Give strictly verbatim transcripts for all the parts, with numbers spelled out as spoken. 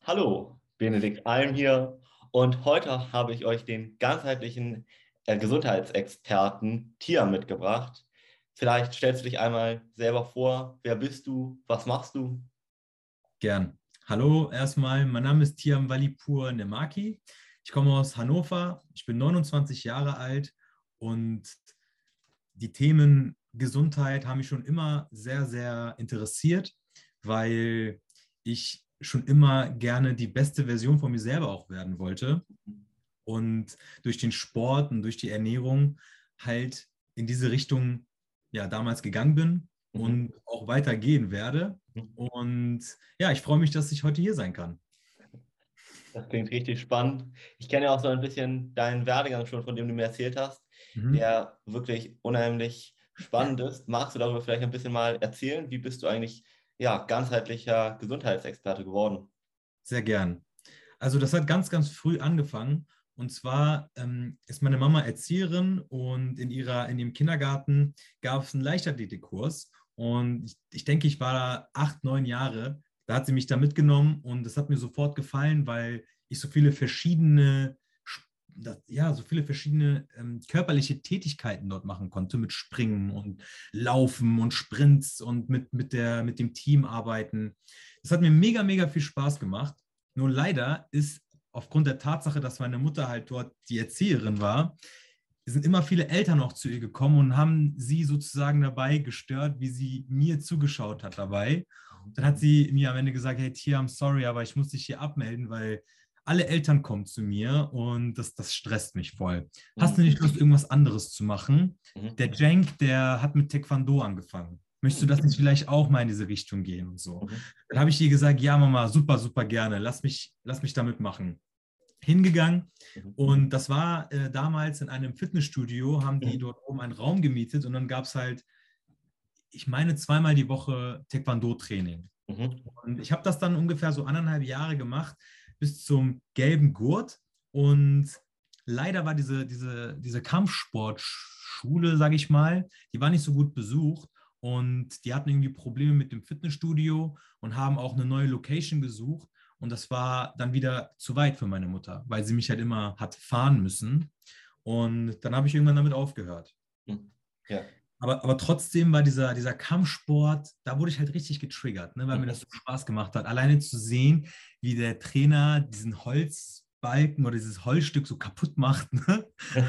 Hallo, Benedikt Alm hier und heute habe ich euch den ganzheitlichen äh, Gesundheitsexperten Tiam mitgebracht. Vielleicht stellst du dich einmal selber vor, wer bist du, was machst du? Gern. Hallo erstmal, mein Name ist Tiam Valipur Nemaki. Ich komme aus Hannover, ich bin neunundzwanzig Jahre alt und die Themen Gesundheit haben mich schon immer sehr, sehr interessiert, weil ich schon immer gerne die beste Version von mir selber auch werden wollte und durch den Sport und durch die Ernährung halt in diese Richtung ja damals gegangen bin Mhm. und auch weitergehen werde. Und ja, ich freue mich, dass ich heute hier sein kann. Das klingt richtig spannend. Ich kenne ja auch so ein bisschen deinen Werdegang schon, von dem du mir erzählt hast, Mhm. der wirklich unheimlich spannend ist. Magst du darüber vielleicht ein bisschen mal erzählen? Wie bist du eigentlich ja, ganzheitlicher Gesundheitsexperte geworden? Sehr gern. Also das hat ganz, ganz früh angefangen. Und zwar ähm, ist meine Mama Erzieherin und in ihrer, in ihrem Kindergarten gab es einen Leichtathletikkurs. Und ich, ich denke, ich war da acht, neun Jahre. Da hat sie mich da mitgenommen und das hat mir sofort gefallen, weil ich so viele verschiedene, das, ja, so viele verschiedene ähm, körperliche Tätigkeiten dort machen konnte, mit Springen und Laufen und Sprints und mit, mit, der, mit dem Team arbeiten. Das hat mir mega, mega viel Spaß gemacht. Nur leider ist aufgrund der Tatsache, dass meine Mutter halt dort die Erzieherin war, sind immer viele Eltern auch zu ihr gekommen und haben sie sozusagen dabei gestört, wie sie mir zugeschaut hat dabei. Dann hat sie mir am Ende gesagt, hey Tia, I'm sorry, aber ich muss dich hier abmelden, weil alle Eltern kommen zu mir und das, das stresst mich voll. Hast du Mhm. nicht Lust, irgendwas anderes zu machen? Mhm. Der Cenk, der hat mit Taekwondo angefangen. Möchtest du Mhm. das nicht vielleicht auch mal in diese Richtung gehen und so? Mhm. Dann habe ich ihr gesagt, ja Mama, super, super gerne, lass mich, lass mich damit machen. Hingegangen Mhm. und das war äh, damals in einem Fitnessstudio, haben die Mhm. dort oben einen Raum gemietet und dann gab es halt, ich meine, zweimal die Woche Taekwondo-Training. Mhm. Und ich habe das dann ungefähr so anderthalb Jahre gemacht, bis zum gelben Gurt. Und leider war diese, diese, diese Kampfsportschule, sage ich mal, die war nicht so gut besucht. Und die hatten irgendwie Probleme mit dem Fitnessstudio und haben auch eine neue Location gesucht. Und das war dann wieder zu weit für meine Mutter, weil sie mich halt immer hat fahren müssen. Und dann habe ich irgendwann damit aufgehört. Mhm. Ja. Aber, aber trotzdem war dieser, dieser Kampfsport, da wurde ich halt richtig getriggert, ne, weil mir das Mhm. so Spaß gemacht hat. Alleine zu sehen, wie der Trainer diesen Holzbalken oder dieses Holzstück so kaputt macht. Ne?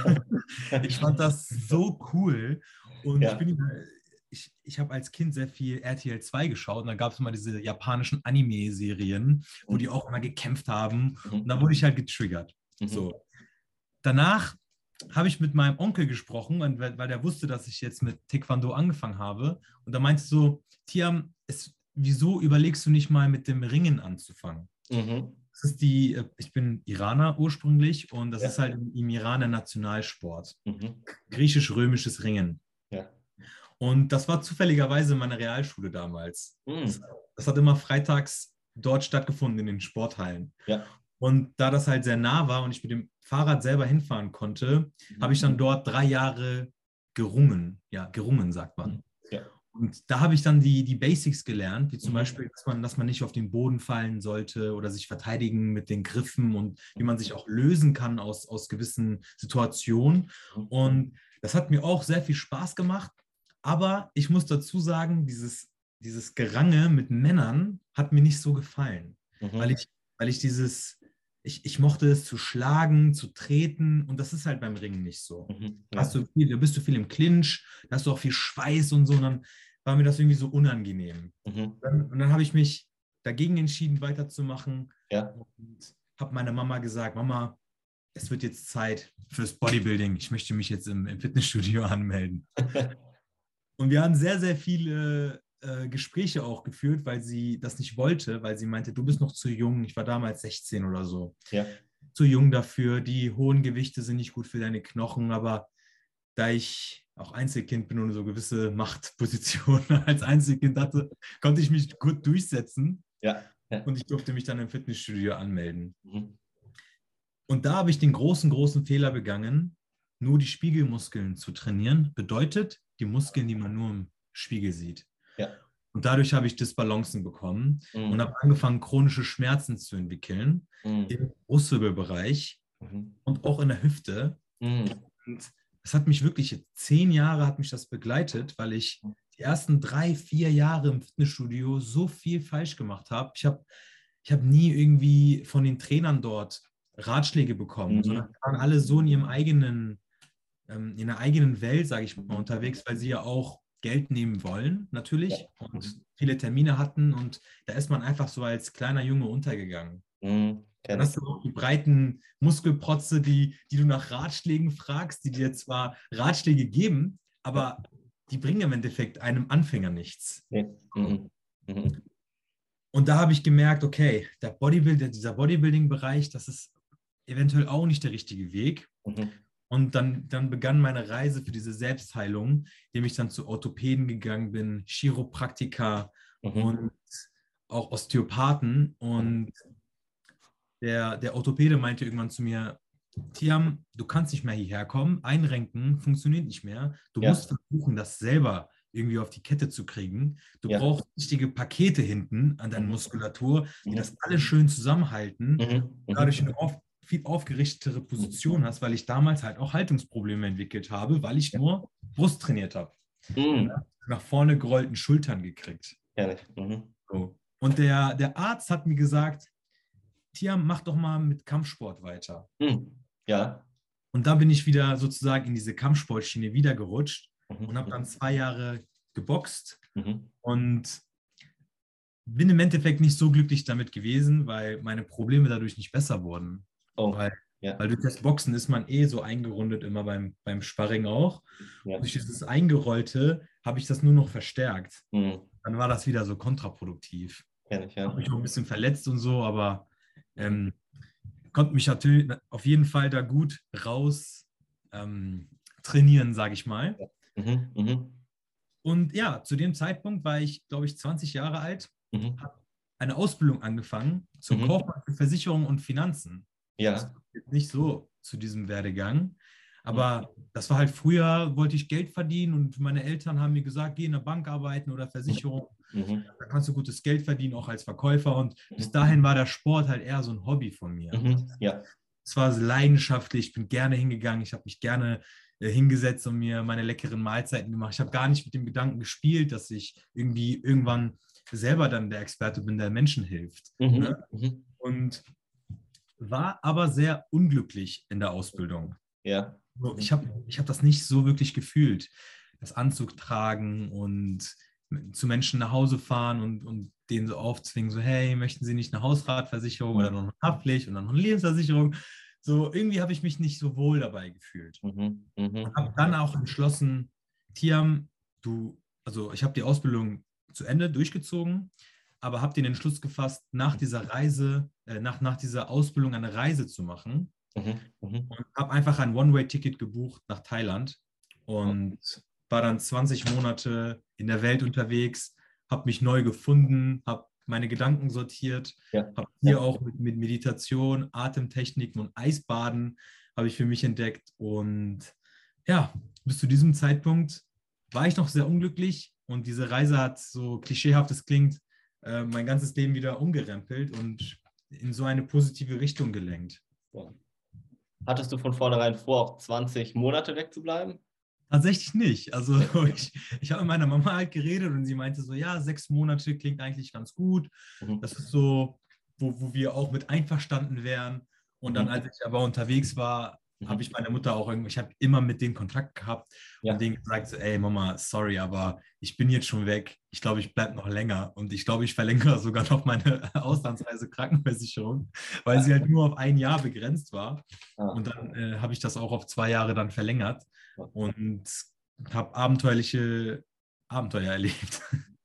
Ich fand das so cool. Und ich Ja. bin, ich, ich habe als Kind sehr viel R T L zwei geschaut und da gab es immer diese japanischen Anime-Serien, wo die Mhm. auch immer gekämpft haben. Und Mhm. da wurde ich halt getriggert. Mhm. So. Danach habe ich mit meinem Onkel gesprochen, weil, weil der wusste, dass ich jetzt mit Taekwondo angefangen habe. Und da meinte so, Tiam, es, wieso überlegst du nicht mal mit dem Ringen anzufangen? Mhm. Das ist die, äh, ich bin Iraner ursprünglich und das ist Ja. halt im, im Iran der Nationalsport. Mhm. Griechisch-römisches Ringen. Ja. Und das war zufälligerweise meine Realschule damals. Das, Mhm. das hat immer freitags dort stattgefunden in den Sporthallen. Ja. Und da das halt sehr nah war und ich mit dem Fahrrad selber hinfahren konnte, habe Mhm. ich dann dort drei Jahre gerungen. Ja, gerungen sagt Mhm. man. Ja. Und da habe ich dann die, die Basics gelernt, wie zum Mhm. Beispiel, dass man, dass man nicht auf den Boden fallen sollte oder sich verteidigen mit den Griffen und wie man sich auch lösen kann aus, aus gewissen Situationen. Mhm. Und das hat mir auch sehr viel Spaß gemacht. Aber ich muss dazu sagen, dieses, dieses Gerange mit Männern hat mir nicht so gefallen, weil Mhm. ich, weil ich dieses, ich, ich mochte es zu schlagen, zu treten und das ist halt beim Ringen nicht so. Mhm. Hast Ja. du viel, da bist du viel im Clinch, da hast du auch viel Schweiß und so, und dann war mir das irgendwie so unangenehm. Mhm. Dann, und dann habe ich mich dagegen entschieden, weiterzumachen Ja. und habe meiner Mama gesagt, Mama, es wird jetzt Zeit fürs Bodybuilding. Ich möchte mich jetzt im, im Fitnessstudio anmelden. Und wir haben sehr, sehr viele äh, Gespräche auch geführt, weil sie das nicht wollte, weil sie meinte, du bist noch zu jung. Ich war damals sechzehn oder so. Ja. Zu jung dafür. Die hohen Gewichte sind nicht gut für deine Knochen, aber da ich auch Einzelkind bin und so gewisse Machtpositionen als Einzelkind hatte, konnte ich mich gut durchsetzen Ja. Ja. und ich durfte mich dann im Fitnessstudio anmelden. Mhm. Und da habe ich den großen, großen Fehler begangen, nur die Spiegelmuskeln zu trainieren. Bedeutet, die Muskeln, die man nur im Spiegel sieht. Ja. Und dadurch habe ich Disbalancen bekommen Mhm. und habe angefangen, chronische Schmerzen zu entwickeln Mhm. im Brustwirbelbereich Mhm. und auch in der Hüfte. Mhm. Und das hat mich wirklich, zehn Jahre hat mich das begleitet, weil ich die ersten drei, vier Jahre im Fitnessstudio so viel falsch gemacht habe. Ich habe ich hab nie irgendwie von den Trainern dort Ratschläge bekommen, sondern Mhm. waren alle so in ihrem eigenen, ähm, in der eigenen Welt, sage ich mal, unterwegs, weil sie ja auch Geld nehmen wollen, Ja. natürlich, Mhm. und viele Termine hatten. Und da ist man einfach so als kleiner Junge untergegangen. Mhm. Dann Kenn ich. hast du auch die breiten Muskelprotze, die, die du nach Ratschlägen fragst, die dir zwar Ratschläge geben, Ja. aber die bringen im Endeffekt einem Anfänger nichts. Nee. Mhm. Mhm. Und da habe ich gemerkt, okay, der Bodybuild, dieser Bodybuilding-Bereich, das ist eventuell auch nicht der richtige Weg. Mhm. Und dann, dann begann meine Reise für diese Selbstheilung, indem ich dann zu Orthopäden gegangen bin, Chiropraktiker Mhm. und auch Osteopathen. Mhm. Und der, der Orthopäde meinte irgendwann zu mir, Tiam, du kannst nicht mehr hierher kommen, einrenken funktioniert nicht mehr. Du Ja. musst versuchen, das selber irgendwie auf die Kette zu kriegen. Du Ja. brauchst richtige Pakete hinten an deiner Mhm. Muskulatur, die Mhm. das alles schön zusammenhalten, Mhm. dadurch Mhm. eine auf, viel aufgerichtetere Position hast, weil ich damals halt auch Haltungsprobleme entwickelt habe, weil ich Ja. nur Brust trainiert habe. Mhm. Nach vorne gerollten Schultern gekriegt. Kenn ich. Mhm. So. Und der, der Arzt hat mir gesagt, Tiam, mach doch mal mit Kampfsport weiter. Mhm. Ja. Und da bin ich wieder sozusagen in diese Kampfsportschiene wieder gerutscht und habe dann Mhm. zwei Jahre geboxt Mhm. und bin im Endeffekt nicht so glücklich damit gewesen, weil meine Probleme dadurch nicht besser wurden. Oh. Weil, Ja. weil durch das Boxen ist man eh so eingerundet, immer beim, beim Sparring auch. Ja. Und durch dieses Eingerollte habe ich das nur noch verstärkt. Mhm. Dann war das wieder so kontraproduktiv. Kenn ich, ja. Habe mich auch ein bisschen verletzt und so, aber Mhm. ähm, konnte mich natürlich auf jeden Fall da gut raus ähm, trainieren, sage ich mal. Ja. Mhm. Mhm. Und ja, zu dem Zeitpunkt war ich, glaube ich, zwanzig Jahre alt, Mhm. habe eine Ausbildung angefangen zum Mhm. Kaufmann für Versicherung und Finanzen. Das Ja. passt nicht so zu diesem Werdegang. Mhm. Aber das war halt früher, wollte ich Geld verdienen und meine Eltern haben mir gesagt, geh in der Bank arbeiten oder Versicherung. Mhm. Da kannst du gutes Geld verdienen, auch als Verkäufer. Und bis Mhm. dahin war der Sport halt eher so ein Hobby von mir. Mhm. Ja. Es war leidenschaftlich, ich bin gerne hingegangen, ich habe mich gerne äh, hingesetzt und mir meine leckeren Mahlzeiten gemacht. Ich habe gar nicht mit dem Gedanken gespielt, dass ich irgendwie irgendwann selber dann der Experte bin, der Menschen hilft. Ne? Mhm. Mhm. Und war aber sehr unglücklich in der Ausbildung. Ja. So, Mhm. ich habe ich hab das nicht so wirklich gefühlt. Das Anzug tragen und zu Menschen nach Hause fahren und, und denen so aufzwingen, so hey, möchten Sie nicht eine Hausratversicherung oder noch eine Haftpflicht und dann noch eine Lebensversicherung? So irgendwie habe ich mich nicht so wohl dabei gefühlt. Mhm. Mhm. Und habe dann auch entschlossen, Tiam, du, also ich habe die Ausbildung zu Ende durchgezogen, aber habe den Entschluss gefasst, nach dieser Reise, äh, nach, nach dieser Ausbildung eine Reise zu machen Mhm. Mhm. und habe einfach ein One-Way-Ticket gebucht nach Thailand Oh. und war dann zwanzig Monate in der Welt unterwegs, habe mich neu gefunden, habe meine Gedanken sortiert, Ja. habe hier Ja. auch mit, mit Meditation, Atemtechniken und Eisbaden habe ich für mich entdeckt. Und ja, bis zu diesem Zeitpunkt war ich noch sehr unglücklich und diese Reise hat, so klischeehaft es klingt, äh, mein ganzes Leben wieder umgerempelt und in so eine positive Richtung gelenkt. Ja. Hattest du von vornherein vor, auch zwanzig Monate wegzubleiben? Tatsächlich nicht. Also ich, ich habe mit meiner Mama halt geredet und sie meinte so, ja, sechs Monate klingt eigentlich ganz gut. Mhm. Das ist so, wo, wo wir auch mit einverstanden wären. Und dann, Mhm. als ich aber unterwegs war, habe Mhm. ich meine Mutter auch irgendwie, ich habe immer mit denen Kontakt gehabt Ja. und denen gesagt, so, ey Mama, sorry, aber ich bin jetzt schon weg. Ich glaube, ich bleibe noch länger und ich glaube, ich verlängere sogar noch meine Auslandsreise Krankenversicherung, weil Ja. sie halt nur auf ein Jahr begrenzt war. Ah. Und dann äh, habe ich das auch auf zwei Jahre dann verlängert Ja. und habe abenteuerliche Abenteuer erlebt.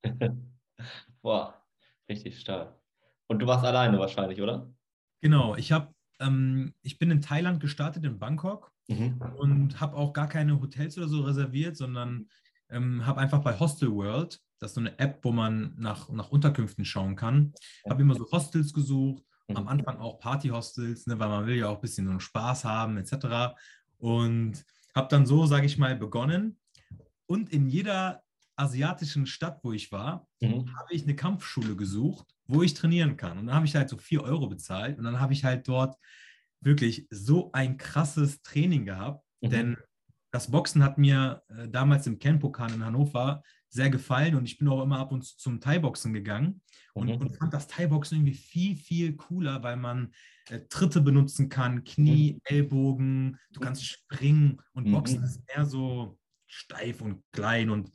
Boah, richtig stark. Und du warst alleine wahrscheinlich, oder? Genau, ich habe, ähm, ich bin in Thailand gestartet, in Bangkok Mhm. und habe auch gar keine Hotels oder so reserviert, sondern ähm, habe einfach bei Hostel World, das ist so eine App, wo man nach, nach Unterkünften schauen kann, habe immer so Hostels gesucht, am Mhm. Anfang auch Party-Hostels, ne, weil man will ja auch ein bisschen so einen Spaß haben et cetera. Und habe dann so, sage ich mal, begonnen und in jeder asiatischen Stadt, wo ich war, Mhm. habe ich eine Kampfschule gesucht, wo ich trainieren kann. Und dann habe ich halt so vier Euro bezahlt und dann habe ich halt dort wirklich so ein krasses Training gehabt, denn Mhm. das Boxen hat mir äh, damals im Kenpokan in Hannover sehr gefallen und ich bin auch immer ab und zu zum Thai-Boxen gegangen und, und Mhm. fand das Thai-Boxen irgendwie viel, viel cooler, weil man äh, Tritte benutzen kann, Mhm. Knie, Ellbogen, du kannst springen und Boxen Mhm. ist eher so steif und klein und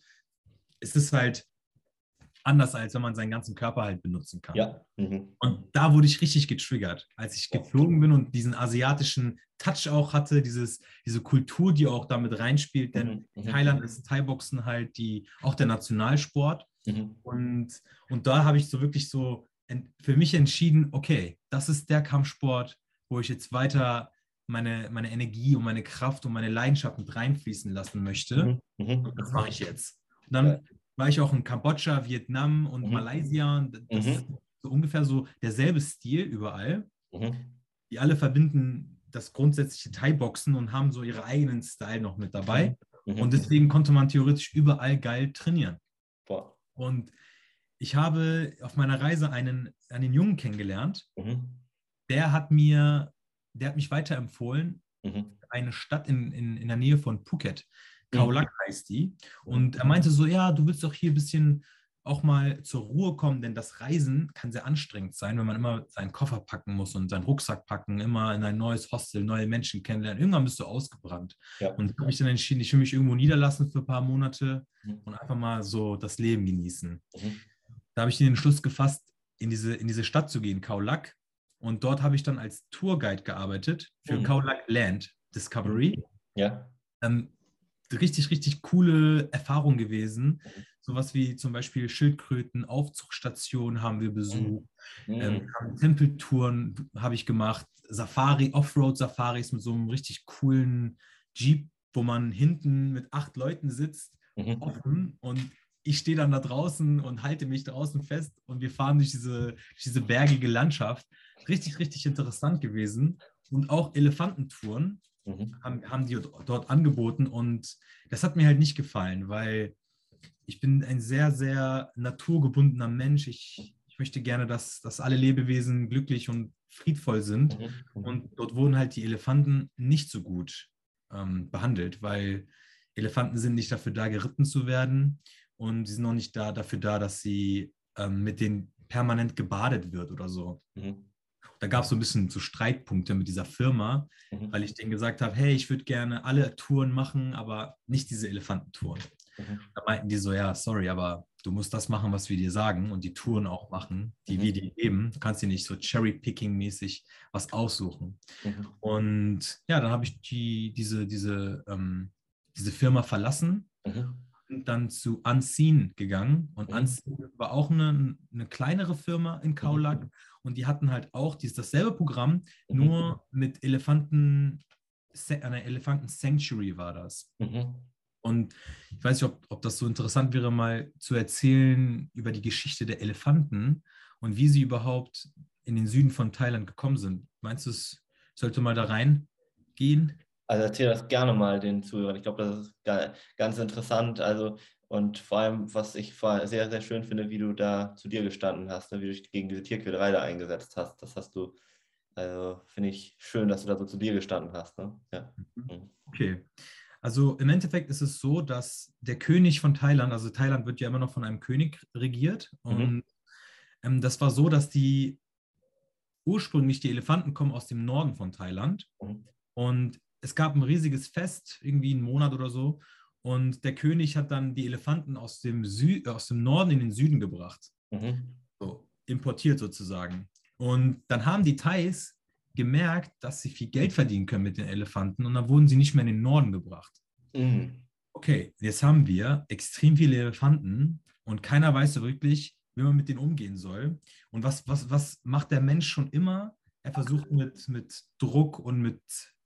es ist halt anders, als wenn man seinen ganzen Körper halt benutzen kann. Ja. Mhm. Und da wurde ich richtig getriggert, als ich Ja. geflogen bin und diesen asiatischen Touch auch hatte, dieses, diese Kultur, die auch damit reinspielt, denn Mhm. in Mhm. Thailand ist Thai-Boxen halt die, auch der Nationalsport. Mhm. Und, und da habe ich so wirklich so en- für mich entschieden, okay, das ist der Kampfsport, wo ich jetzt weiter meine, meine Energie und meine Kraft und meine Leidenschaft mit reinfließen lassen möchte. Mhm. Mhm. Und das mache ich jetzt. Und Geil. dann war ich auch in Kambodscha, Vietnam und Mhm. Malaysia. Und das ist Mhm. so ungefähr so derselbe Stil überall. Mhm. Die alle verbinden das grundsätzliche Thai-Boxen und haben so ihre eigenen Style noch mit Mhm. dabei. Und Mhm. deswegen konnte man theoretisch überall geil trainieren. Boah. Und ich habe auf meiner Reise einen, einen Jungen kennengelernt, Mhm. der hat mir, der hat mich weiterempfohlen, Mhm. eine Stadt in, in, in der Nähe von Phuket. Khao Mhm. Lak heißt die. Mhm. Und er meinte so, ja, du willst doch hier ein bisschen auch mal zur Ruhe kommen, denn das Reisen kann sehr anstrengend sein, wenn man immer seinen Koffer packen muss und seinen Rucksack packen, immer in ein neues Hostel, neue Menschen kennenlernen. Irgendwann bist du ausgebrannt. Ja. Und da habe ich dann entschieden, ich will mich irgendwo niederlassen für ein paar Monate Mhm. und einfach mal so das Leben genießen. Mhm. Da habe ich den Entschluss gefasst, in diese, in diese Stadt zu gehen, Khao Lak. Und dort habe ich dann als Tourguide gearbeitet für Mhm. Khao Lak Land Mhm. Discovery. Ja. Ähm, richtig, richtig coole Erfahrung gewesen. Mhm. Sowas wie zum Beispiel Schildkröten, Aufzuchtstationen haben wir Mhm. besucht, ähm, Mhm. Tempeltouren habe ich gemacht, Safari, Offroad-Safaris mit so einem richtig coolen Jeep, wo man hinten mit acht Leuten sitzt, Mhm. offen und ich stehe dann da draußen und halte mich draußen fest und wir fahren durch diese, durch diese bergige Landschaft. Richtig, richtig interessant gewesen. Und auch Elefantentouren Mhm. haben, haben die dort angeboten und das hat mir halt nicht gefallen, weil ich bin ein sehr, sehr naturgebundener Mensch. Ich, ich möchte gerne, dass, dass alle Lebewesen glücklich und friedvoll sind. Mhm. Mhm. Und dort wurden halt die Elefanten nicht so gut ähm, behandelt, weil Elefanten sind nicht dafür da, geritten zu werden und sie sind auch nicht da, dafür da, dass sie ähm, mit denen permanent gebadet wird oder so. Mhm. Da gab es so ein bisschen so Streitpunkte mit dieser Firma, Mhm. weil ich denen gesagt habe, hey, ich würde gerne alle Touren machen, aber nicht diese Elefantentouren. Mhm. Da meinten die so, ja, sorry, aber du musst das machen, was wir dir sagen und die Touren auch machen, die wir Mhm. dir geben. Du kannst dir nicht so Cherry-Picking-mäßig was aussuchen. Mhm. Und ja, dann habe ich die, diese, diese, ähm, diese Firma verlassen Mhm. und dann zu Unseen gegangen. Und Mhm. Unseen war auch eine, eine kleinere Firma in Mhm. Kaolack. Und die hatten halt auch dieses, dasselbe Programm, Mhm. nur mit Elefanten, einer Elefanten-Sanctuary war das. Mhm. Und ich weiß nicht, ob, ob das so interessant wäre, mal zu erzählen über die Geschichte der Elefanten und wie sie überhaupt in den Süden von Thailand gekommen sind. Meinst du, es sollte mal da reingehen? Also erzähl das gerne mal den Zuhörern. Ich glaube, das ist ga- ganz interessant. Also, und vor allem, was ich vor- sehr, sehr schön finde, wie du da zu dir gestanden hast, ne? Wie du dich gegen diese Tierquälerei da eingesetzt hast. Das hast du, also finde ich schön, dass du da so zu dir gestanden hast. Ne? Ja. Mhm. Okay. Also im Endeffekt ist es so, dass der König von Thailand, also Thailand wird ja immer noch von einem König regiert Mhm. und ähm, das war so, dass die ursprünglich die Elefanten kommen aus dem Norden von Thailand Mhm. und es gab ein riesiges Fest, irgendwie einen Monat oder so und der König hat dann die Elefanten aus dem, Sü aus dem Norden in den Süden gebracht, Mhm. so importiert sozusagen. Und dann haben die Thais gemerkt, dass sie viel Geld verdienen können mit den Elefanten und dann wurden sie nicht mehr in den Norden gebracht. Mhm. Okay, jetzt haben wir extrem viele Elefanten und keiner weiß so wirklich, wie man mit denen umgehen soll. Und was, was, was macht der Mensch schon immer? Er versucht mit, mit Druck und mit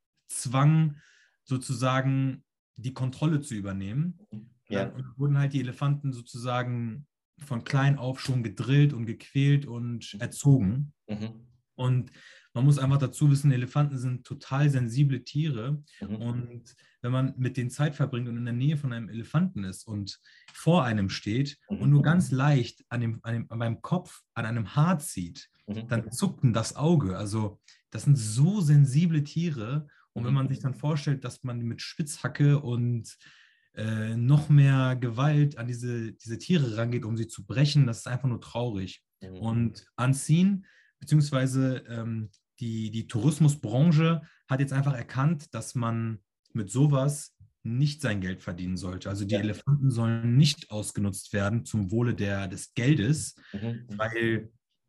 Zwang sozusagen die Kontrolle zu übernehmen. Und dann Ja. wurden halt die Elefanten sozusagen von klein auf schon gedrillt und gequält und erzogen. Mhm. Und man muss einfach dazu wissen, Elefanten sind total sensible Tiere. Mhm. Und wenn man mit denen Zeit verbringt und in der Nähe von einem Elefanten ist und vor einem steht und Mhm. nur ganz leicht an, dem, an, dem, an meinem Kopf an einem Haar zieht, Mhm. dann zuckt denn das Auge. Also das sind so sensible Tiere. Und wenn Mhm. man sich dann vorstellt, dass man mit Spitzhacke und äh, noch mehr Gewalt an diese, diese Tiere rangeht, um sie zu brechen, das ist einfach nur traurig. Mhm. Und Unseen, beziehungsweise ähm, die, die Tourismusbranche hat jetzt einfach erkannt, dass man mit sowas nicht sein Geld verdienen sollte. Also die Ja. Elefanten sollen nicht ausgenutzt werden zum Wohle der, des Geldes, Mhm. Mhm. weil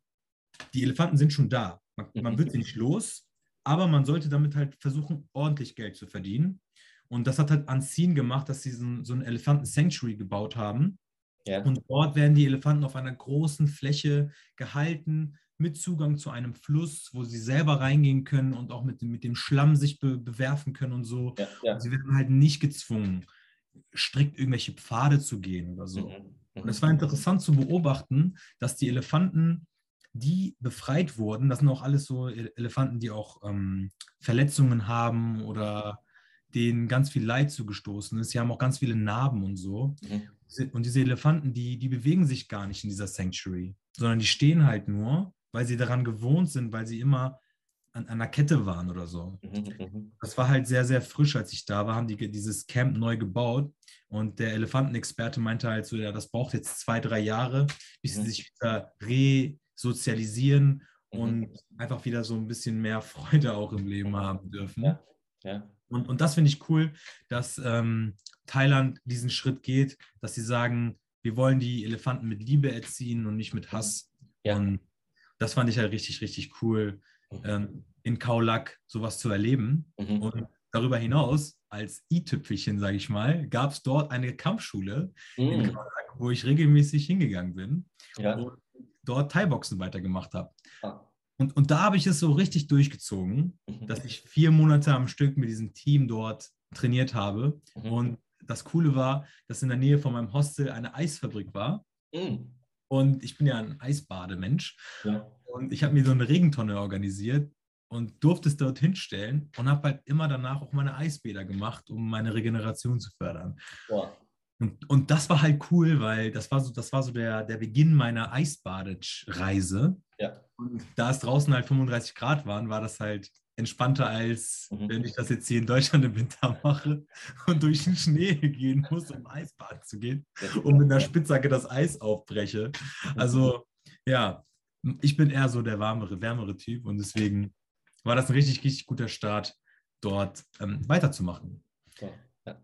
die Elefanten sind schon da. Man, man wird Mhm. sie nicht los, aber man sollte damit halt versuchen, ordentlich Geld zu verdienen. Und das hat halt Unseen gemacht, dass sie so, so ein Elefanten-Sanctuary gebaut haben. Ja. Und dort werden die Elefanten auf einer großen Fläche gehalten, mit Zugang zu einem Fluss, wo sie selber reingehen können und auch mit, dem- mit dem Schlamm sich be bewerfen können und so. Ja. Und Ja. sie werden halt nicht gezwungen, strikt irgendwelche Pfade zu gehen oder so. Mhm. Und es Mhm. war interessant zu beobachten, dass die Elefanten, die befreit wurden, das sind auch alles so E- Elefanten, die auch ähm, Verletzungen haben oder denen ganz viel Leid zugestoßen ist. Sie haben auch ganz viele Narben und so. Mhm. Und diese Elefanten, die, die bewegen sich gar nicht in dieser Sanctuary, sondern die stehen halt nur, weil sie daran gewohnt sind, weil sie immer an, an einer Kette waren oder so. Mhm. Mhm. Das war halt sehr, sehr frisch, als ich da war, haben die dieses Camp neu gebaut. Und der Elefantenexperte meinte halt so, ja, das braucht jetzt zwei, drei Jahre, bis sie Mhm. sich wieder resozialisieren Mhm. und einfach wieder so ein bisschen mehr Freude auch im Leben Mhm. haben dürfen. Ja. Ja. Und, und das finde ich cool, dass ähm, Thailand diesen Schritt geht, dass sie sagen, wir wollen die Elefanten mit Liebe erziehen und nicht mit Hass. Ja. Und das fand ich halt richtig, richtig cool, Mhm. ähm, in Khao Lak sowas zu erleben. Mhm. Und darüber hinaus, als i-Tüpfelchen, sage ich mal, gab es dort eine Kampfschule in Khao Mhm. Lak, wo ich regelmäßig hingegangen bin Ja. und dort Thai-Boxen weitergemacht habe. Ah. Und, und da habe ich es so richtig durchgezogen, Mhm. dass ich vier Monate am Stück mit diesem Team dort trainiert habe. Mhm. Und das Coole war, dass in der Nähe von meinem Hostel eine Eisfabrik war. Mhm. Und ich bin ja ein Eisbademensch. Ja. Und ich habe mir so eine Regentonne organisiert und durfte es dort hinstellen und habe halt immer danach auch meine Eisbäder gemacht, um meine Regeneration zu fördern. Boah. Und, und das war halt cool, weil das war so, das war so der, der Beginn meiner Eisbadereise. Ja. Und da es draußen halt fünfunddreißig Grad waren, war das halt entspannter, als Mhm. wenn ich das jetzt hier in Deutschland im Winter mache und durch den Schnee gehen muss, um Eisbaden zu gehen Ja. und mit einer Spitzhacke das Eis aufbreche. Also ja, ich bin eher so der warmere, wärmere Typ und deswegen war das ein richtig, richtig guter Start, dort ähm, weiterzumachen. Boah. Ja.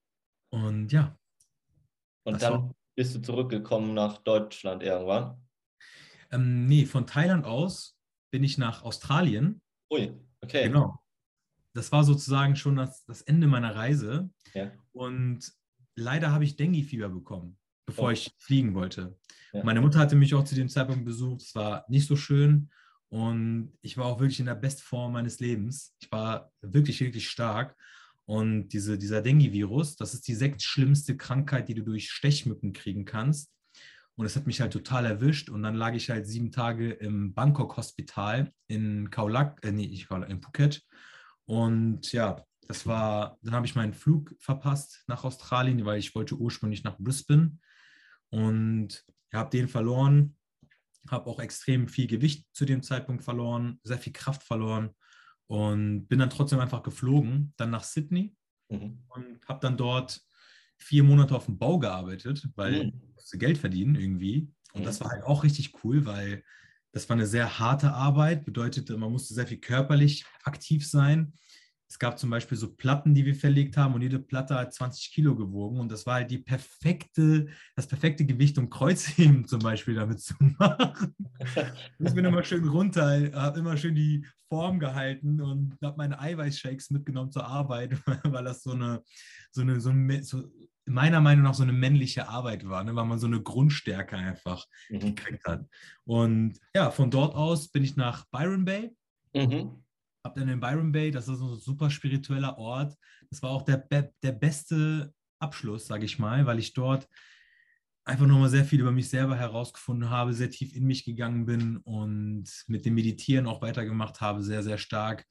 Und ja, Und das war. dann bist du zurückgekommen nach Deutschland irgendwann. Ähm, nee, von Thailand aus bin ich nach Australien. Ui, okay. Genau. Das war sozusagen schon das, das Ende meiner Reise. Ja. Und leider habe ich Dengue-Fieber bekommen, bevor Oh. ich fliegen wollte. Ja. Meine Mutter hatte mich auch zu dem Zeitpunkt besucht. Es war nicht so schön. Und ich war auch wirklich in der Bestform meines Lebens. Ich war wirklich, wirklich stark. Und diese, dieser Dengue-Virus, das ist die sechstschlimmste Krankheit, die du durch Stechmücken kriegen kannst. Und es hat mich halt total erwischt. Und dann lag ich halt sieben Tage im Bangkok-Hospital in Khao Lak, äh, nee, nicht Khao Lak, in Phuket. Und ja, das war, dann habe ich meinen Flug verpasst nach Australien, weil ich wollte ursprünglich nach Brisbane. Und habe den verloren, habe auch extrem viel Gewicht zu dem Zeitpunkt verloren, sehr viel Kraft verloren und bin dann trotzdem einfach geflogen, dann nach Sydney Mhm. und habe dann dort vier Monate auf dem Bau gearbeitet, weil Mhm. ich musste Geld verdienen irgendwie. Und das Mhm. war halt auch richtig cool, weil das war eine sehr harte Arbeit, bedeutete, man musste sehr viel körperlich aktiv sein. Es gab zum Beispiel so Platten, die wir verlegt haben und jede Platte hat zwanzig Kilo gewogen und das war halt die perfekte, das perfekte Gewicht, um Kreuzheben zum Beispiel damit zu machen. Ich bin immer schön runter, habe immer schön die Form gehalten und habe meine Eiweißshakes mitgenommen zur Arbeit, weil das so eine, so eine, so, eine, so meiner Meinung nach so eine männliche Arbeit war, ne, weil man so eine Grundstärke einfach Mhm. gekriegt hat. Und ja, von dort aus bin ich nach Byron Bay, Mhm. habe dann in Byron Bay, das ist so ein super spiritueller Ort. Das war auch der, be der beste Abschluss, sage ich mal, weil ich dort einfach nochmal sehr viel über mich selber herausgefunden habe, sehr tief in mich gegangen bin und mit dem Meditieren auch weitergemacht habe, sehr, sehr stark.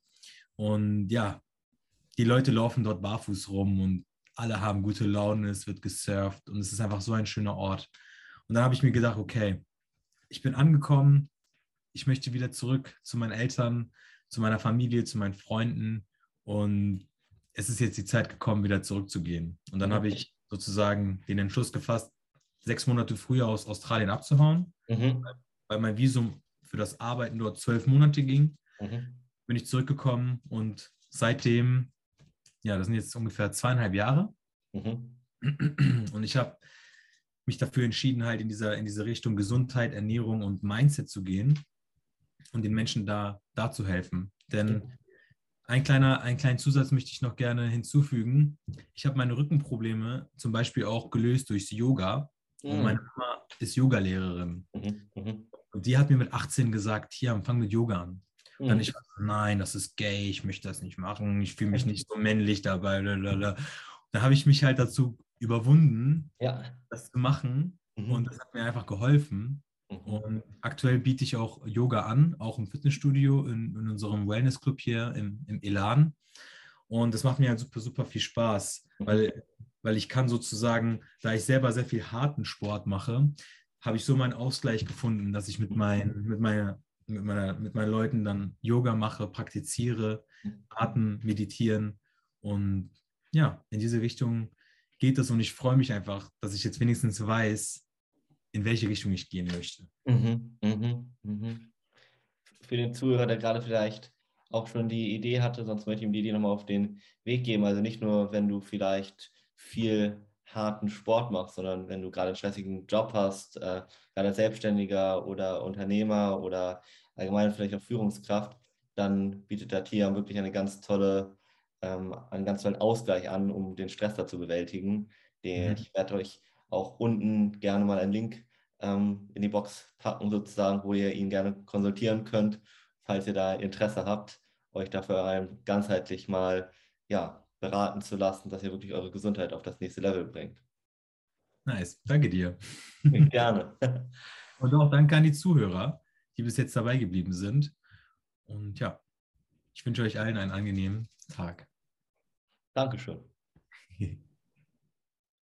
Und ja, die Leute laufen dort barfuß rum und alle haben gute Laune, es wird gesurft und es ist einfach so ein schöner Ort. Und dann habe ich mir gedacht, okay, ich bin angekommen, ich möchte wieder zurück zu meinen Eltern, zu meiner Familie, zu meinen Freunden und es ist jetzt die Zeit gekommen, wieder zurückzugehen. Und dann habe Mhm. ich sozusagen den Entschluss gefasst, sechs Monate früher aus Australien abzuhauen, Mhm. weil mein Visum für das Arbeiten dort zwölf Monate ging. Mhm. Bin ich zurückgekommen und seitdem, ja, das sind jetzt ungefähr zweieinhalb Jahre. Mhm. Und ich habe mich dafür entschieden, halt in dieser, in diese Richtung Gesundheit, Ernährung und Mindset zu gehen und den Menschen da, da zu helfen. Denn ein kleiner, einen kleinen Zusatz möchte ich noch gerne hinzufügen. Ich habe meine Rückenprobleme zum Beispiel auch gelöst durchs Yoga. Und meine Mhm. Mama ist Yogalehrerin. Mhm. Mhm. Und die hat mir mit achtzehn gesagt, hier, fang mit Yoga an. Und dann ich, Mhm. nein, das ist gay, ich möchte das nicht machen, ich fühle mich nicht so männlich dabei. Blablabla. Da habe ich mich halt dazu überwunden, Ja. das zu machen. Und Mhm. das hat mir einfach geholfen. Mhm. Und aktuell biete ich auch Yoga an, auch im Fitnessstudio, in, in unserem Wellnessclub hier im, im Elan. Und das macht mir halt super, super viel Spaß, Mhm. weil, weil ich kann sozusagen, da ich selber sehr viel harten Sport mache, habe ich so meinen Ausgleich gefunden, dass ich mit, mein, mit, meiner, mit, meiner, mit meinen Leuten dann Yoga mache, praktiziere, Atem, meditieren. Und ja, in diese Richtung geht es und ich freue mich einfach, dass ich jetzt wenigstens weiß, in welche Richtung ich gehen möchte. Mhm. Mhm. Mhm. Für den Zuhörer, der gerade vielleicht auch schon die Idee hatte, sonst möchte ich ihm die Idee nochmal auf den Weg geben. Also nicht nur, wenn du vielleicht viel harten Sport machst, sondern wenn du gerade einen stressigen Job hast, äh, gerade als Selbstständiger oder Unternehmer oder allgemein vielleicht auch Führungskraft, dann bietet der Tiam wirklich eine ganz tolle, ähm, einen ganz tollen Ausgleich an, um den Stress da zu bewältigen. Den, Mhm. ich werde euch auch unten gerne mal einen Link ähm, in die Box packen, sozusagen, wo ihr ihn gerne konsultieren könnt, falls ihr da Interesse habt, euch dafür ein ganzheitlich mal ja, beraten zu lassen, dass ihr wirklich eure Gesundheit auf das nächste Level bringt. Nice, danke dir. Gerne. Und auch danke an die Zuhörer, die bis jetzt dabei geblieben sind. Und ja, ich wünsche euch allen einen angenehmen Tag. Dankeschön.